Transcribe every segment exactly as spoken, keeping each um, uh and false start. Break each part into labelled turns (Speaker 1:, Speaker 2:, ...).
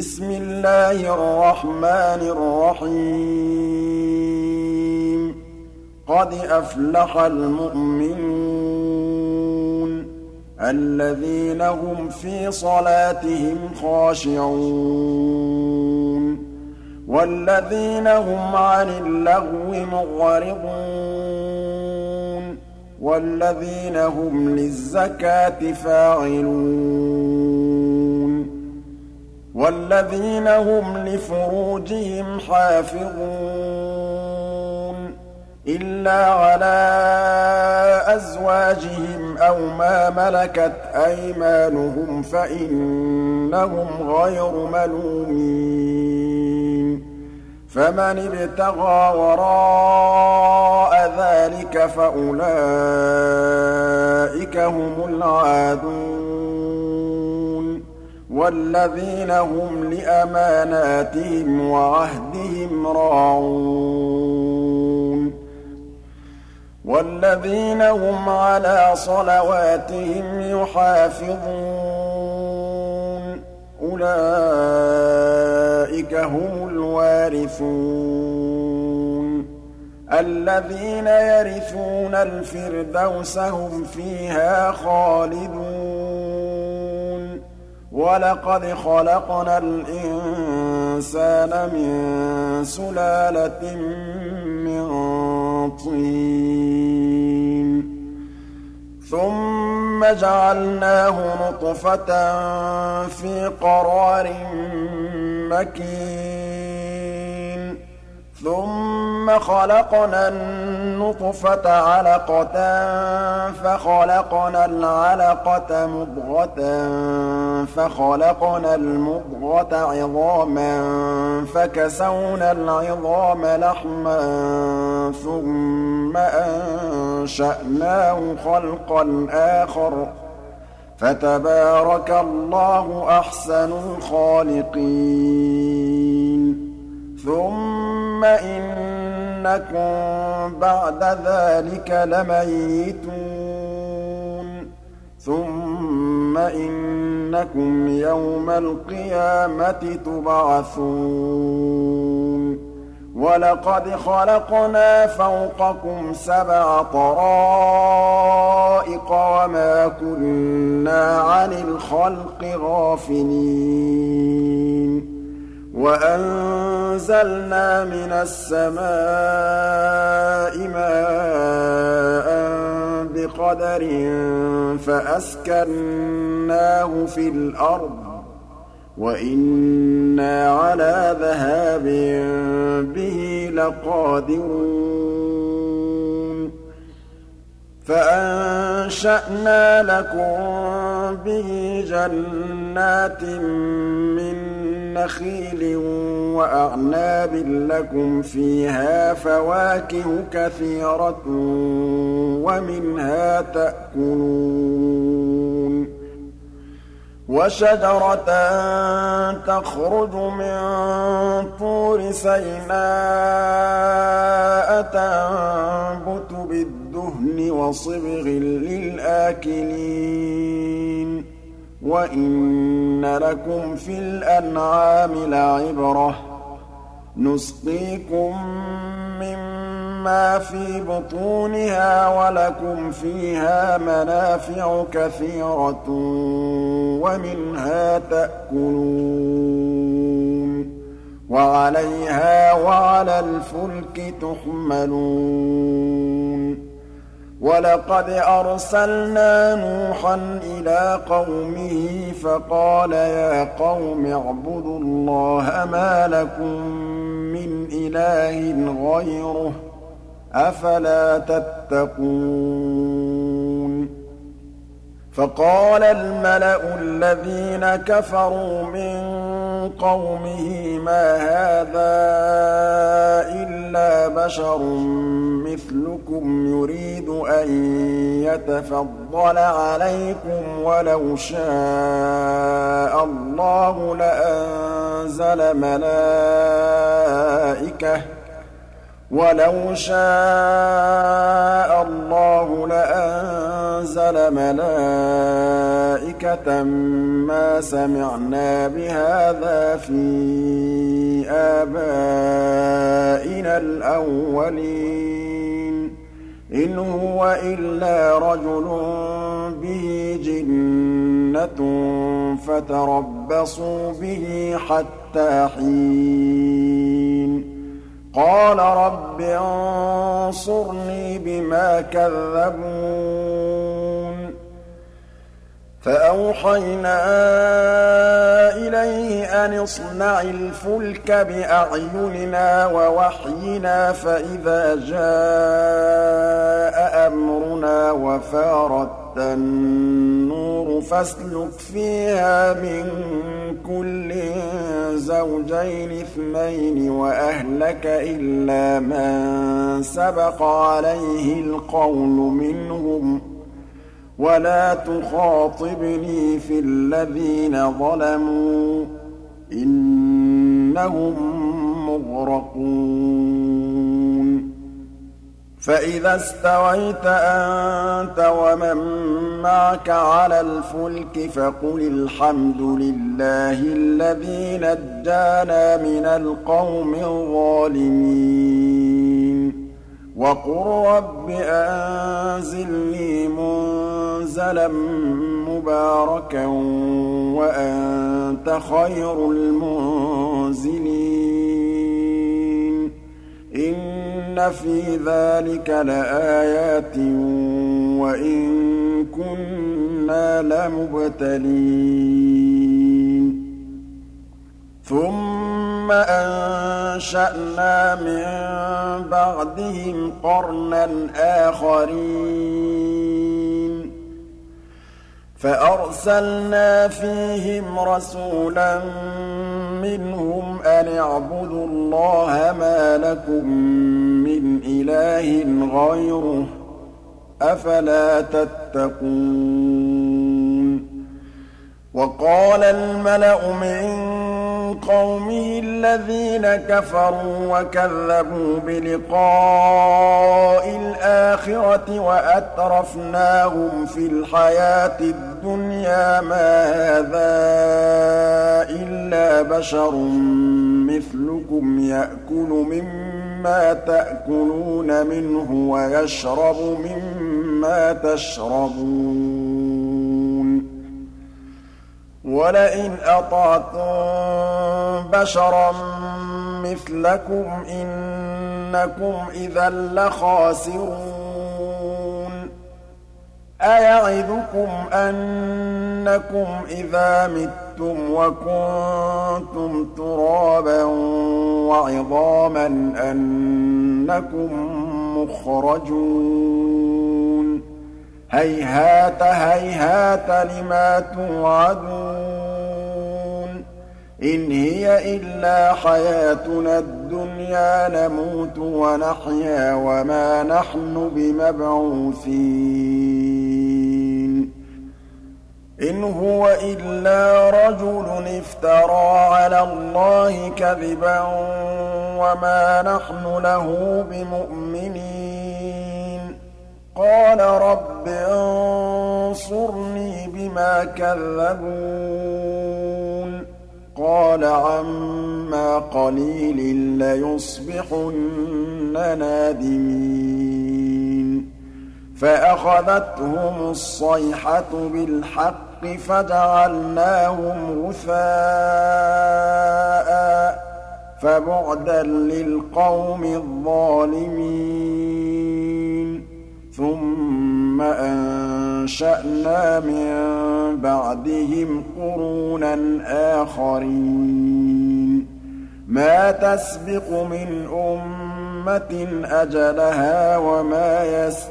Speaker 1: بسم الله الرحمن الرحيم قد أفلح المؤمنون الذين هم في صلاتهم خاشعون والذين هم عن اللغو معرضون والذين هم للزكاة فاعلون والذين هم لفروجهم حافظون إلا على أزواجهم أو ما ملكت أيمانهم فإنهم غير ملومين فمن ابتغى وراء ذلك فأولئك هم العادون والذين هم لأماناتهم وعهدهم راعون والذين هم على صلواتهم يحافظون أولئك هم الوارثون الذين يرثون الفردوس هم فيها خالدون ولقد خلقنا الإنسان من سلالة من طين ثم جعلناه نطفة في قرار مكين ثم خلقنا النطفة علقة فخلقنا العلقة مضغة فخلقنا المضغة عظاما فكسونا العظام لحما ثم أنشأناه خلقا آخر فتبارك الله أحسن الخالقين ثم إنكم بعد ذلك لميتون ثم إنكم يوم القيامة تبعثون ولقد خلقنا فوقكم سبع طرائق وما كنا عن الخلق غافلين وأنزلنا من السماء ماء بقدر فأسكناه في الأرض وإنا على ذهاب به لقادرون فأنشأنا لكم به جنات من نخيل وأعناب لكم فيها فواكه كثيرة ومنها تأكلون وشجرة تخرج من طور سيناء تنبت بالدهن وصبغ للآكلين وإن لكم في الأنعام لعبرة نسقيكم مما في بطونها ولكم فيها منافع كثيرة ومنها تأكلون وعليها وعلى الفلك تحملون ولقد أرسلنا نوحا إلى قومه فقال يا قوم اعبدوا الله ما لكم من إله غيره أفلا تتقون فقال الملأ الذين كفروا من قومه ما هذا إلا بشر مثلكم يريد أن يتفضل عليكم ولو شاء الله لأنزل ملائكة وَلَوْ شَاءَ اللَّهُ لَأَنزَلَ مَلَائِكَةً مَّا سَمِعْنَا بِهَٰذَا فِي آبَائِنَا الْأَوَّلِينَ إِنْ هُوَ إِلَّا رَجُلٌ بِهِ جِنَّةٌ فَتَرَبَّصُوا بِهِ حَتَّىٰ حِينٍ قَالَ رَبِّ انصُرْنِي بِمَا كَذَّبُونِ فَأَوْحَيْنَا إِلَيْهِ أَنِ اصْنَعِ الْفُلْكَ بِأَعْيُنِنَا وَوَحْيِنَا فَإِذَا جَاءَ أَمْرُنَا وَفَارَ التَّنُّورُ فَاسْلُكْ فِيهَا مِن كُلٍّ زَوْجَيْنِ اثْنَيْنِ وَأَهْلَكَ إِلَّا مَن سَبَقَ عَلَيْهِ الْقَوْلُ مِنْهُمْ وَلَا تُخَاطِبْنِي فِي الَّذِينَ ظَلَمُوا إِنَّهُم مُّغْرَقُونَ فَإِذَا اسْتَوَيْتَ أَنتَ وَمَن مَّعَكَ عَلَى الْفُلْكِ فَقُلِ الْحَمْدُ لِلَّهِ الَّذِي نَجَّانَا مِنَ الْقَوْمِ الظَّالِمِينَ وَقُل رَّبِّ أَنزِلْنِي مُنزَلًا مُّبَارَكًا وَأَنتَ خَيْرُ الْمُنزِلِينَ إِنَّ فِي ذَٰلِكَ لَآيَاتٍ وَإِن كُنَّا لَمُبْتَلِينَ ثُمَّ أَنشَأْنَا مِن بَعْدِهِمْ قَرْنًا آخَرِينَ فَأَرْسَلْنَا فِيهِمْ رَسُولًا مِّنْهُمْ أَنِ اعْبُدُوا اللَّهَ مَا لَكُم مِّنْ إِلَٰهٍ غَيْرُهُ ۖ أَفَلَا تَتَّقُونَ وَقَالَ الْمَلَأُ مِن قَوْمِهِ الَّذِينَ كَفَرُوا وَكَذَّبُوا بِلِقَاءِ الْآخِرَةِ وَأَتْرَفْنَاهُمْ فِي الْحَيَاةِ الدُّنْيَا مَا هَٰذَا إِلَّا بَشَرٌ مِّثْلُكُمْ يَأْكُلُ مِمَّا تَأْكُلُونَ مِنْهُ وَيَشْرَبُ مِمَّا تَشْرَبُونَ وَلَئِنْ أَطَعْتُم بَشَرًا مِّثْلَكُمْ إِنَّكُمْ إِذًا لَّخَاسِرُونَ أَيَعِدُكُمْ أَنَّكُمْ إِذَا مِتُّمْ وَكُنتُمْ تُرَابًا وَعِظَامًا أَنَّكُم مُّخْرَجُونَ هَيْهَاتَ هَيْهَاتَ لِمَا تُوعَدُونَ إِنْ هِيَ إِلَّا حَيَاتُنَا الدُّنْيَا نَمُوتُ وَنَحْيَا وَمَا نَحْنُ بِمَبْعُوثِينَ إِنْ هُوَ إِلَّا رَجُلٌ افْتَرَىٰ عَلَى اللَّهِ كَذِبًا وَمَا نَحْنُ لَهُ بِمُؤْمِنِينَ قَالَ رَبِّ انصُرْنِي بِمَا كَذَّبُونِ قَالَ عَمَّا قَلِيلٍ لَّيُصْبِحُنَّ نَادِمِينَ فَأَخَذَتْهُمُ الصَّيْحَةُ بِالْحَقِّ فَجَعَلْنَاهُمْ غُثَاءً فَبُعْدًا لِّلْقَوْمِ الظَّالِمِينَ ثُمَّ أَنشَأْنَا مِن بَعْدِهِمْ قُرُونًا آخَرِينَ مَا تَسْبِقُ مِنْ أُمَّةٍ أَجَلَهَا وَمَا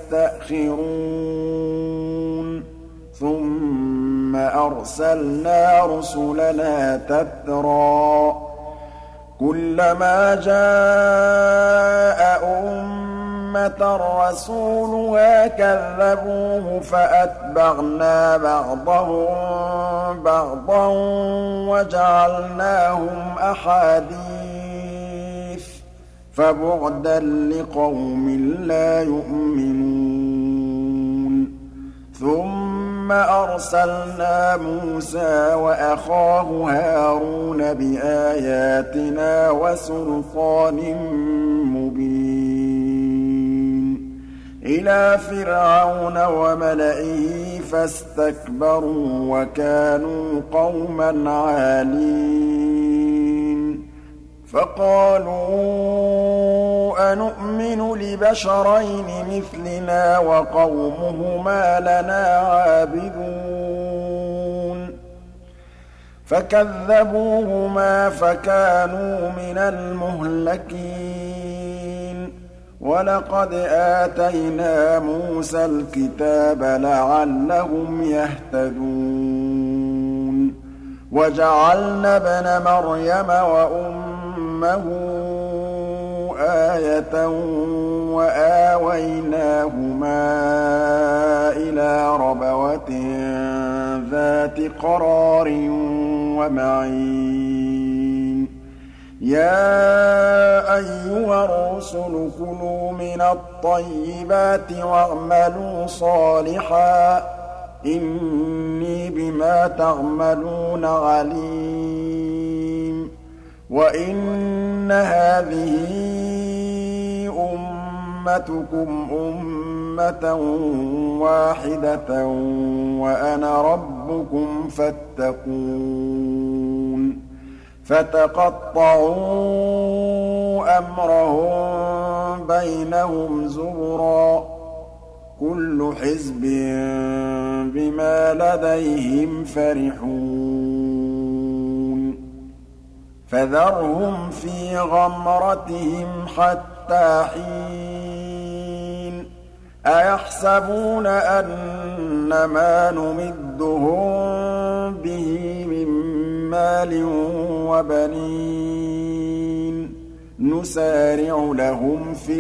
Speaker 1: يَسْتَأْخِرُونَ ثُمَّ أَرْسَلْنَا رُسُلَنَا تَتْرَىٰ كُلَّمَا جَاءَ أُمَّةً رَّسُولُهَا كَذَّبُوهُ فَأَتْبَعْنَا بَعْضَهُم بَعْضًا وَجَعَلْنَاهُمْ أَحَادِيثَ فَبُعْدًا لِّقَوْمٍ لَّا يُؤْمِنُونَ ثُمَّ أَرْسَلْنَا مُوسَىٰ وَأَخَاهُ هَارُونَ بِآيَاتِنَا وَسُلْطَانٍ مُّبِينٍ إِلَىٰ فِرْعَوْنَ وَمَلَئِهِ فَاسْتَكْبَرُوا وَكَانُوا قَوْمًا عَالِينَ فَقَالُوا أَنُؤْمِنُ لِبَشَرَيْنِ مِثْلِنَا وَقَوْمُهُمَا لَنَا عَابِدُونَ فَكَذَّبُوهُمَا فَكَانُوا مِنَ الْمُهْلَكِينَ وَلَقَدْ آتَيْنَا مُوسَى الْكِتَابَ لَعَلَّهُمْ يَهْتَدُونَ وَجَعَلْنَا ابْنَ مَرْيَمَ وَأُمَّهُ آيَةً وَآوَيْنَاهُمَا إِلَىٰ رَبْوَةٍ ذَاتِ قَرَارٍ وَمَعِينٍ يَا أَيُّهَا الرُّسُلُ كُلُوا مِنَ الطَّيِّبَاتِ وَاعْمَلُوا صَالِحًا إِنِّي بِمَا تَعْمَلُونَ عَلِيمٌ وَإِنَّ هَٰذِهِ أُمَّتُكُمْ أُمَّةً وَاحِدَةً وَأَنَا رَبُّكُمْ فَاتَّقُونِ فَتَقَطَّعُوا أَمْرَهُم بَيْنَهُمْ زُبُرًا كُلُّ حِزْبٍ بِمَا لَدَيْهِمْ فَرِحُونَ فَذَرْهُمْ فِي غَمْرَتِهِمْ حَتَّىٰ حِينٍ أَيَحْسَبُونَ أَنَّمَا نُمِدُّهُم بِهِ مِن مَّالٍ وَبَنِينَ نُسَارِعُ لَهُمْ فِي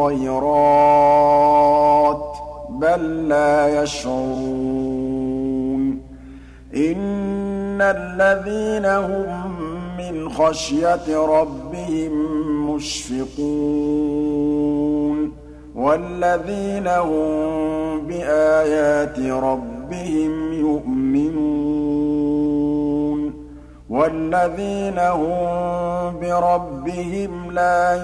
Speaker 1: الْخَيْرَاتِ بَل لَّا يَشْعُرُونَ إِنَّ الَّذِينَ هُم مِّنْ خَشْيَةِ رَبِّهِم مُّشْفِقُونَ وَالَّذِينَ هُم بِآيَاتِ رَبِّهِمْ يُؤْمِنُونَ وَالَّذِينَ هُم بِرَبِّهِمْ لَا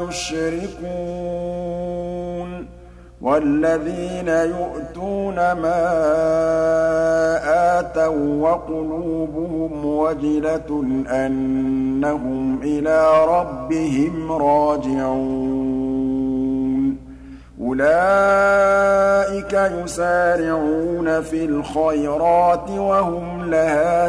Speaker 1: يُشْرِكُونَ وَالَّذِينَ يُؤْتُونَ مَا آتَوا وَّقُلُوبُهُمْ وَجِلَةٌ أَنَّهُمْ إِلَىٰ رَبِّهِمْ رَاجِعُونَ أُولَٰئِكَ يُسَارِعُونَ فِي الْخَيْرَاتِ وَهُمْ لَهَا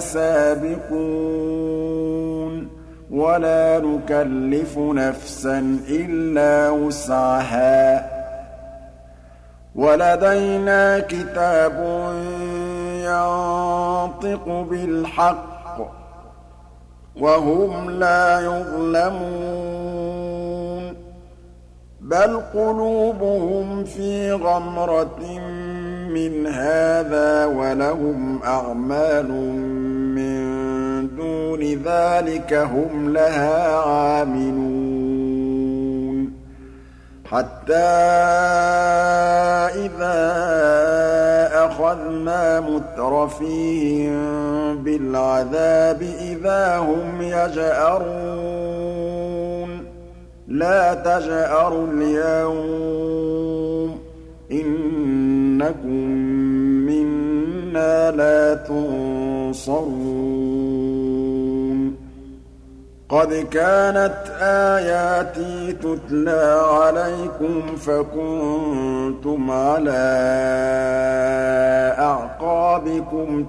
Speaker 1: سَابِقُونَ وَلَا نُكَلِّفُ نَفْسًا إِلَّا وُسْعَهَا وَلَدَيْنَا كِتَابٌ يَنطِقُ بِالْحَقِّ وَهُمْ لَا يُظْلَمُونَ بَلْ قُلُوبُهُمْ فِي غَمْرَةٍ مِّنْ هَٰذَا وَلَهُمْ أَعْمَالٌ مِّن دُونِ ذَٰلِكَ هُمْ لَهَا عَامِلُونَ حَتَّىٰ إِذَا أَخَذْنَا مُتْرَفِيهِم بِالْعَذَابِ إِذَا هُمْ يَجْأَرُونَ لَا تَجْأَرُوا الْيَوْمَ إِنَّكُم مِّنَّا لَا تُنصَرُونَ قَدْ كَانَتْ آيَاتِي تُتْلَىٰ عَلَيْكُمْ فَكُنتُمْ عَلَىٰ أَعْقَابِكُمْ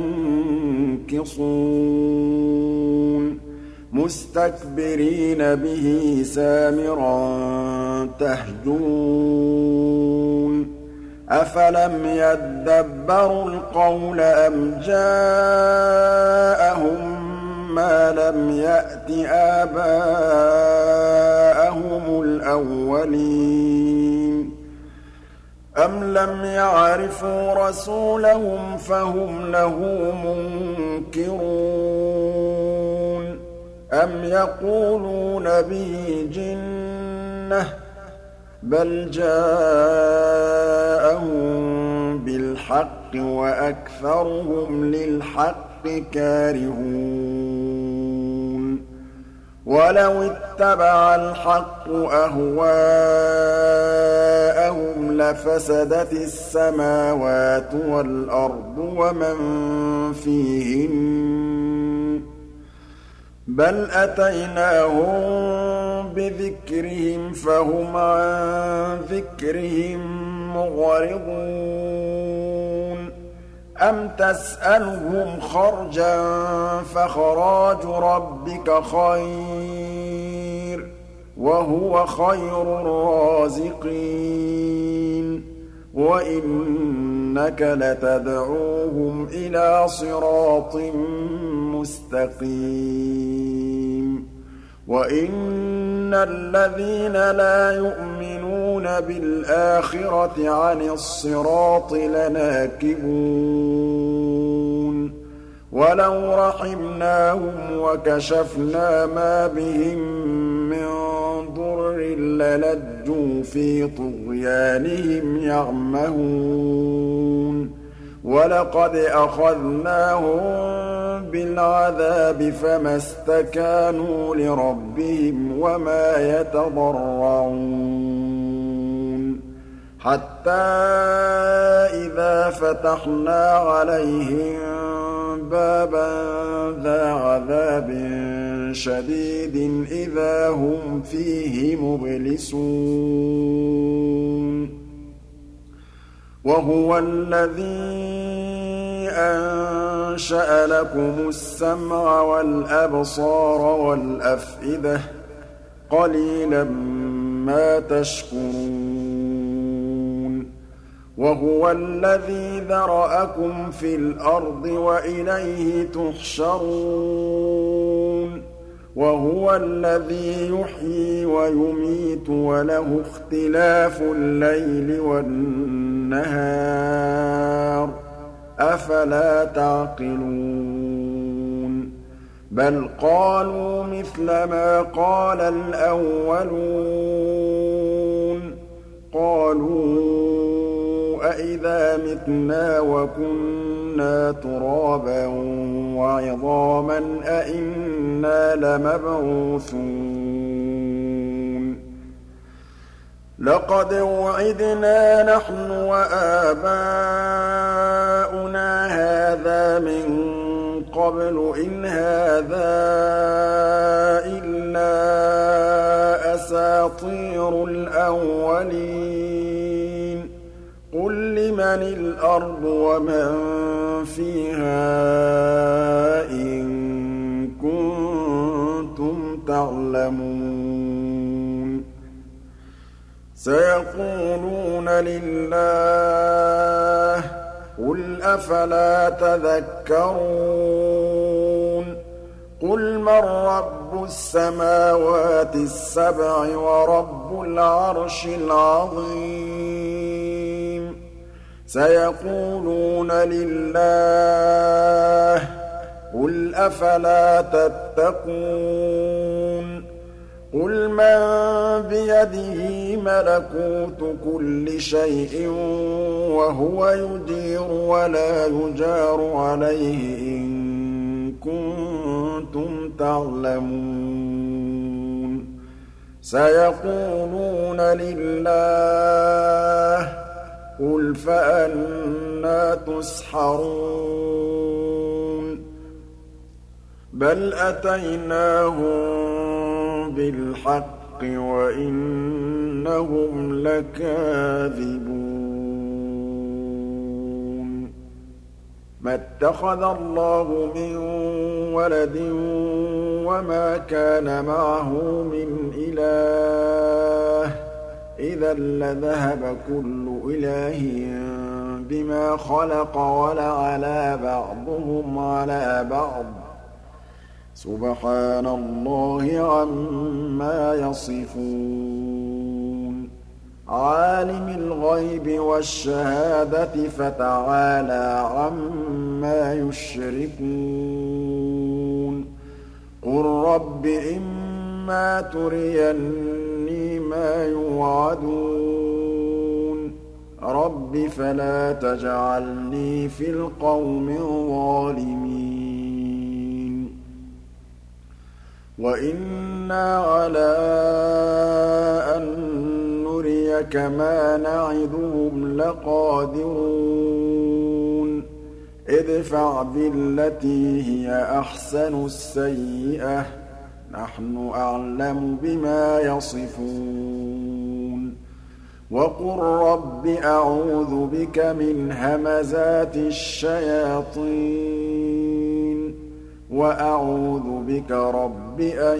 Speaker 1: تَنكِصُونَ مُسْتَكْبِرِينَ بِهِ سَامِرًا تَهْجُرُونَ أَفَلَمْ يَدَّبَّرُوا الْقَوْلَ أَمْ جَاءَهُم مَّا لَمْ يَأْتِ آبَاءَهُمُ الْأَوَّلِينَ أَمْ لَمْ يَعْرِفُوا رَسُولَهُمْ فَهُمْ لَهُ مُنكِرُونَ أَمْ يَقُولُونَ بِهِ جِنَّةٌ بَلْ جَاءَهُم بِالْحَقِّ وَأَكْثَرُهُمْ لِلْحَقِّ كَارِهُونَ وَلَوِ اتَّبَعَ الْحَقُّ أَهْوَاءَهُمْ لَفَسَدَتِ السَّمَاوَاتُ وَالْأَرْضُ وَمَن فِيهِنَّ ۚ بَلْ أَتَيْنَاهُم بِذِكْرِهِمْ فَهُمْ عَن ذِكْرِهِم مُّعْرِضُونَ أَمْ تَسْأَلُهُمْ خَرْجًا فَخَرَاجُ رَبِّكَ خَيْرٌ ۖ وَهُوَ خَيْرُ الرَّازِقِينَ وَإِنَّكَ لَتَدْعُوهُمْ إِلَىٰ صِرَاطٍ مُّسْتَقِيمٍ وَإِنَّ الَّذِينَ لَا يُؤْمِنُونَ بِالْآخِرَةِ عَنِ الصِّرَاطِ لَنَاكِبُونَ وَلَوْ رَحِمْنَاهُمْ وَكَشَفْنَا مَا بِهِم مِّن ضُرٍّ لَّلَجُّوا فِي طُغْيَانِهِمْ يَعْمَهُونَ وَلَقَدْ أَخَذْنَاهُم بِالْعَذَابِ فَمَا اسْتَكَانُوا لِرَبِّهِمْ وَمَا يَتَضَرَّعُونَ حَتَّىٰ إِذَا فَتَحْنَا عَلَيْهِم بَابًا ذَا عَذَابٍ شَدِيدٍ إِذَا هُمْ فِيهِ مُبْلِسُونَ وَهُوَ الَّذِي أَنشَأَ لَكُمُ السَّمْعَ وَالْأَبْصَارَ وَالْأَفْئِدَةَ ۚ قَلِيلًا مَّا تَشْكُرُونَ وَهُوَ الَّذِي ذَرَأَكُمْ فِي الْأَرْضِ وَإِلَيْهِ تُحْشَرُونَ وَهُوَ الَّذِي يُحْيِي وَيُمِيتُ وَلَهُ اخْتِلَافُ اللَّيْلِ وَالنَّهَارِ ۚ أَفَلَا تَعْقِلُونَ بَلْ قَالُوا مِثْلَ مَا قَالَ الْأَوَّلُونَ قَالُوا أَإِذَا مِتْنَا وَكُنَّا تُرَابًا وَعِظَامًا أَإِنَّا لَمَبْعُوثُونَ لَقَدْ وُعِدْنَا نَحْنُ وَآبَاؤُنَا هَٰذَا مِن قَبْلُ إِنْ هَٰذَا إِلَّا أَسَاطِيرُ الْأَوَّلِينَ قُل لِّمَنِ الْأَرْضُ وَمَن فِيهَا إِن كُنتُمْ تَعْلَمُونَ سَيَقُولُونَ لِلَّهِ قُلْ أَفَلَا تَذَكَّرُونَ قُلْ مَن رَّبُّ السَّمَاوَاتِ السَّبْعِ وَرَبُّ الْعَرْشِ الْعَظِيمِ سَيَقُولُونَ لِلَّهِ قُلْ أَفَلَا تَتَّقُونَ قُلْ مَن بِيَدِهِ مَلَكُوتُ كُلِّ شَيْءٍ وَهُوَ يُجِيرُ وَلَا يُجَارُ عَلَيْهِ إِن كُنتُمْ تَعْلَمُونَ سَيَقُولُونَ لِلَّهِ قُلْ فَأَنَّىٰ تُسْحَرُونَ بَلْ أَتَيْنَاهُم بِالْحَقِّ وَإِنَّهُمْ لَكَاذِبُونَ مَا اتَّخَذَ اللَّهُ مِن وَلَدٍ وَمَا كَانَ مَعَهُ مِنْ إِلَٰهٍ ۚ إِذًا لَّذَهَبَ كُلُّ إِلَٰهٍ بِمَا خَلَقَ وَلَعَلَا بَعْضُهُمْ عَلَىٰ بَعْضٍ ۚ سُبْحَانَ اللَّهِ عَمَّا يَصِفُونَ عَالِمِ الْغَيْبِ وَالشَّهَادَةِ فَتَعَالَىٰ عَمَّا يُشْرِكُونَ قُل رَّبِّ إِمَّا تُرِيَنِّي مَا يُوعَدُونَ رَبِّ فَلَا تَجْعَلْنِي فِي الْقَوْمِ الظَّالِمِينَ وَإِنَّا عَلَىٰ أَن نُّرِيَكَ مَا نَعِدُهُمْ لَقَادِرُونَ ادْفَعْ بِالَّتِي هِيَ أَحْسَنُ السَّيِّئَةَ ۚ نَحْنُ أَعْلَمُ بِمَا يَصِفُونَ وَقُل رَّبِّ أَعُوذُ بِكَ مِنْ هَمَزَاتِ الشَّيَاطِينِ وَأَعُوذُ بِكَ رَبِّ أَن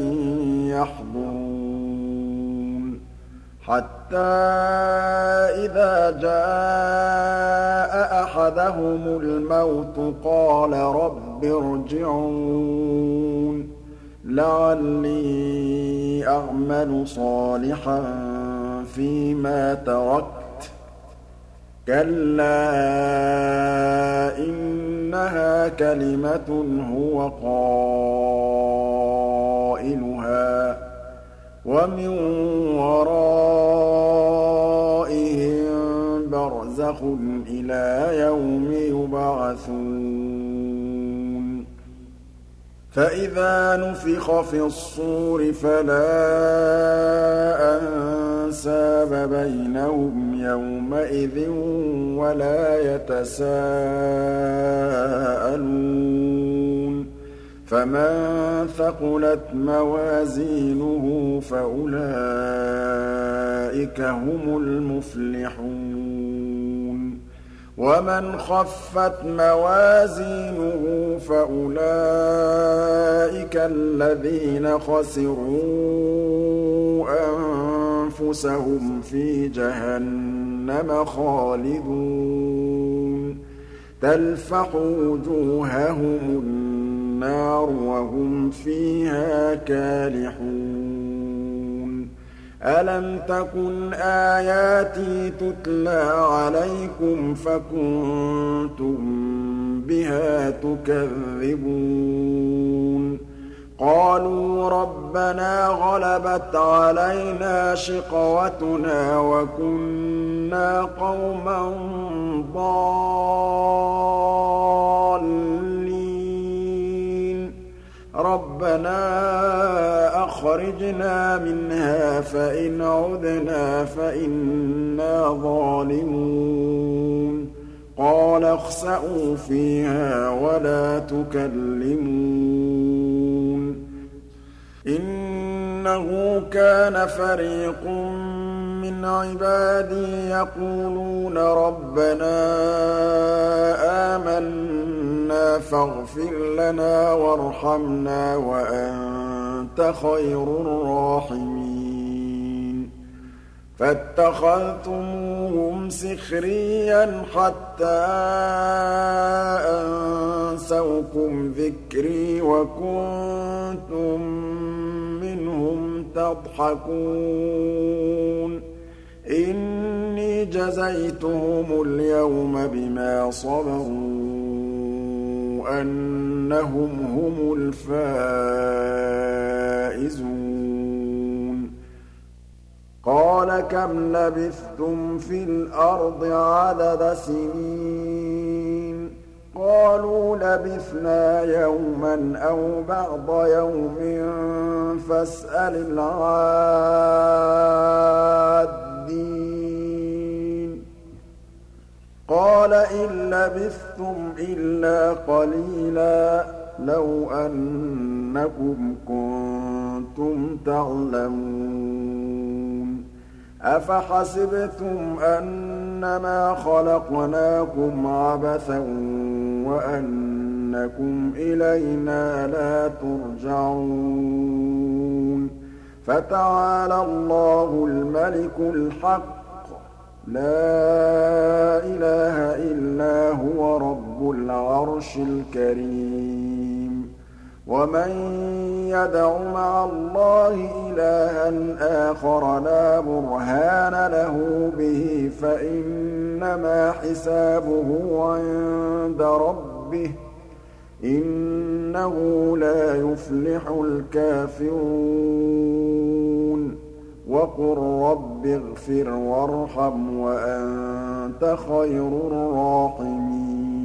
Speaker 1: يَحْضُرُونِ حَتَّىٰ إِذَا جَاءَ أَحَدَهُمُ الْمَوْتُ قَالَ رَبِّ ارْجِعُونِ لَعَلِّي أَعْمَلُ صَالِحًا فِيمَا تَرَكْتُ كَلَّا إِنَّهَا كَلِمَةٌ هُوَ قَائِلُهَا وَمِن وَرَائِهِم بَرْزَخٌ إِلَىٰ يَوْمِ يُبْعَثُونَ فَإِذَا نُفِخَ فِي الصُّورِ فَلَا أَنسَابَ بَيْنَهُمْ يَوْمَئِذٍ وَلَا يَتَسَاءَلُونَ فَمَن ثَقُلَتْ مَوَازِينُهُ فَأُولَٰئِكَ هُمُ الْمُفْلِحُونَ وَمَنْ خَفَّتْ مَوَازِينُهُ فَأُولَٰئِكَ الَّذِينَ خَسِرُوا أَنفُسَهُمْ فِي جَهَنَّمَ خَالِدُونَ تَلْفَحُ وُجُوهَهُمُ النَّارُ وَهُمْ فِيهَا كَالِحُونَ أَلَمْ تَكُنْ آيَاتِي تُتْلَىٰ عَلَيْكُمْ فَكُنتُم بِهَا تُكَذِّبُونَ قَالُوا رَبَّنَا غَلَبَتْ عَلَيْنَا شِقْوَتُنَا وَكُنَّا قَوْمًا ضَالِّينَ رَبَّنَا أَخْرِجْنَا مِنْهَا فَإِنْ عُدْنَا فَإِنَّا ظَالِمُونَ قَالَ اخْسَئُوا فِيهَا وَلَا تُكَلِّمُونِ إِنَّهُ كَانَ فَرِيقٌ مِّنْ عِبَادِي يَقُولُونَ رَبَّنَا آمَنَّا فَاغْفِرْ لَنَا وَارْحَمْنَا وَأَنتَ خَيْرُ الرَّاحِمِينَ فَاتَّخَذْتُمُوهُمْ سِخْرِيًّا حَتَّىٰ أَنسَوْكُمْ ذِكْرِي وَكُنتُم مِّنْهُمْ تَضْحَكُونَ إِنِّي جَزَيْتُهُمُ الْيَوْمَ بِمَا صَبَرُوا أَنَّهُمْ هُمُ الْفَائِزُونَ قَالَ كَمْ لَبِثْتُمْ فِي الْأَرْضِ عَدَدَ سِنِينَ قَالُوا لَبِثْنَا يَوْمًا أَوْ بَعْضَ يَوْمٍ فَاسْأَلِ الْعَادِّينَ قَالَ إِن لَّبِثْتُمْ إِلَّا قَلِيلًا لَّوْ أَنَّكُمْ كُنتُمْ تَعْلَمُونَ أَفَحَسِبْتُمْ أَنَّمَا خَلَقْنَاكُمْ عَبَثًا وَأَنَّكُمْ إِلَيْنَا لَا تُرْجَعُونَ فَتَعَالَى اللَّهُ الْمَلِكُ الْحَقُّ لَا إِلَٰهَ إِلَّا هُوَ رَبُّ الْعَرْشِ الْكَرِيمِ وَمَن يَدْعُ مَعَ اللَّهِ إِلَٰهًا آخَرَ لَا بُرْهَانَ لَهُ بِهِ فَإِنَّمَا حِسَابُهُ عِندَ رَبِّهِ إِنَّهُ لَا يُفْلِحُ الْكَافِرُونَ وَقُل رَّبِّ اغْفِرْ وَارْحَمْ وَأَنتَ خَيْرُ الرَّاحِمِينَ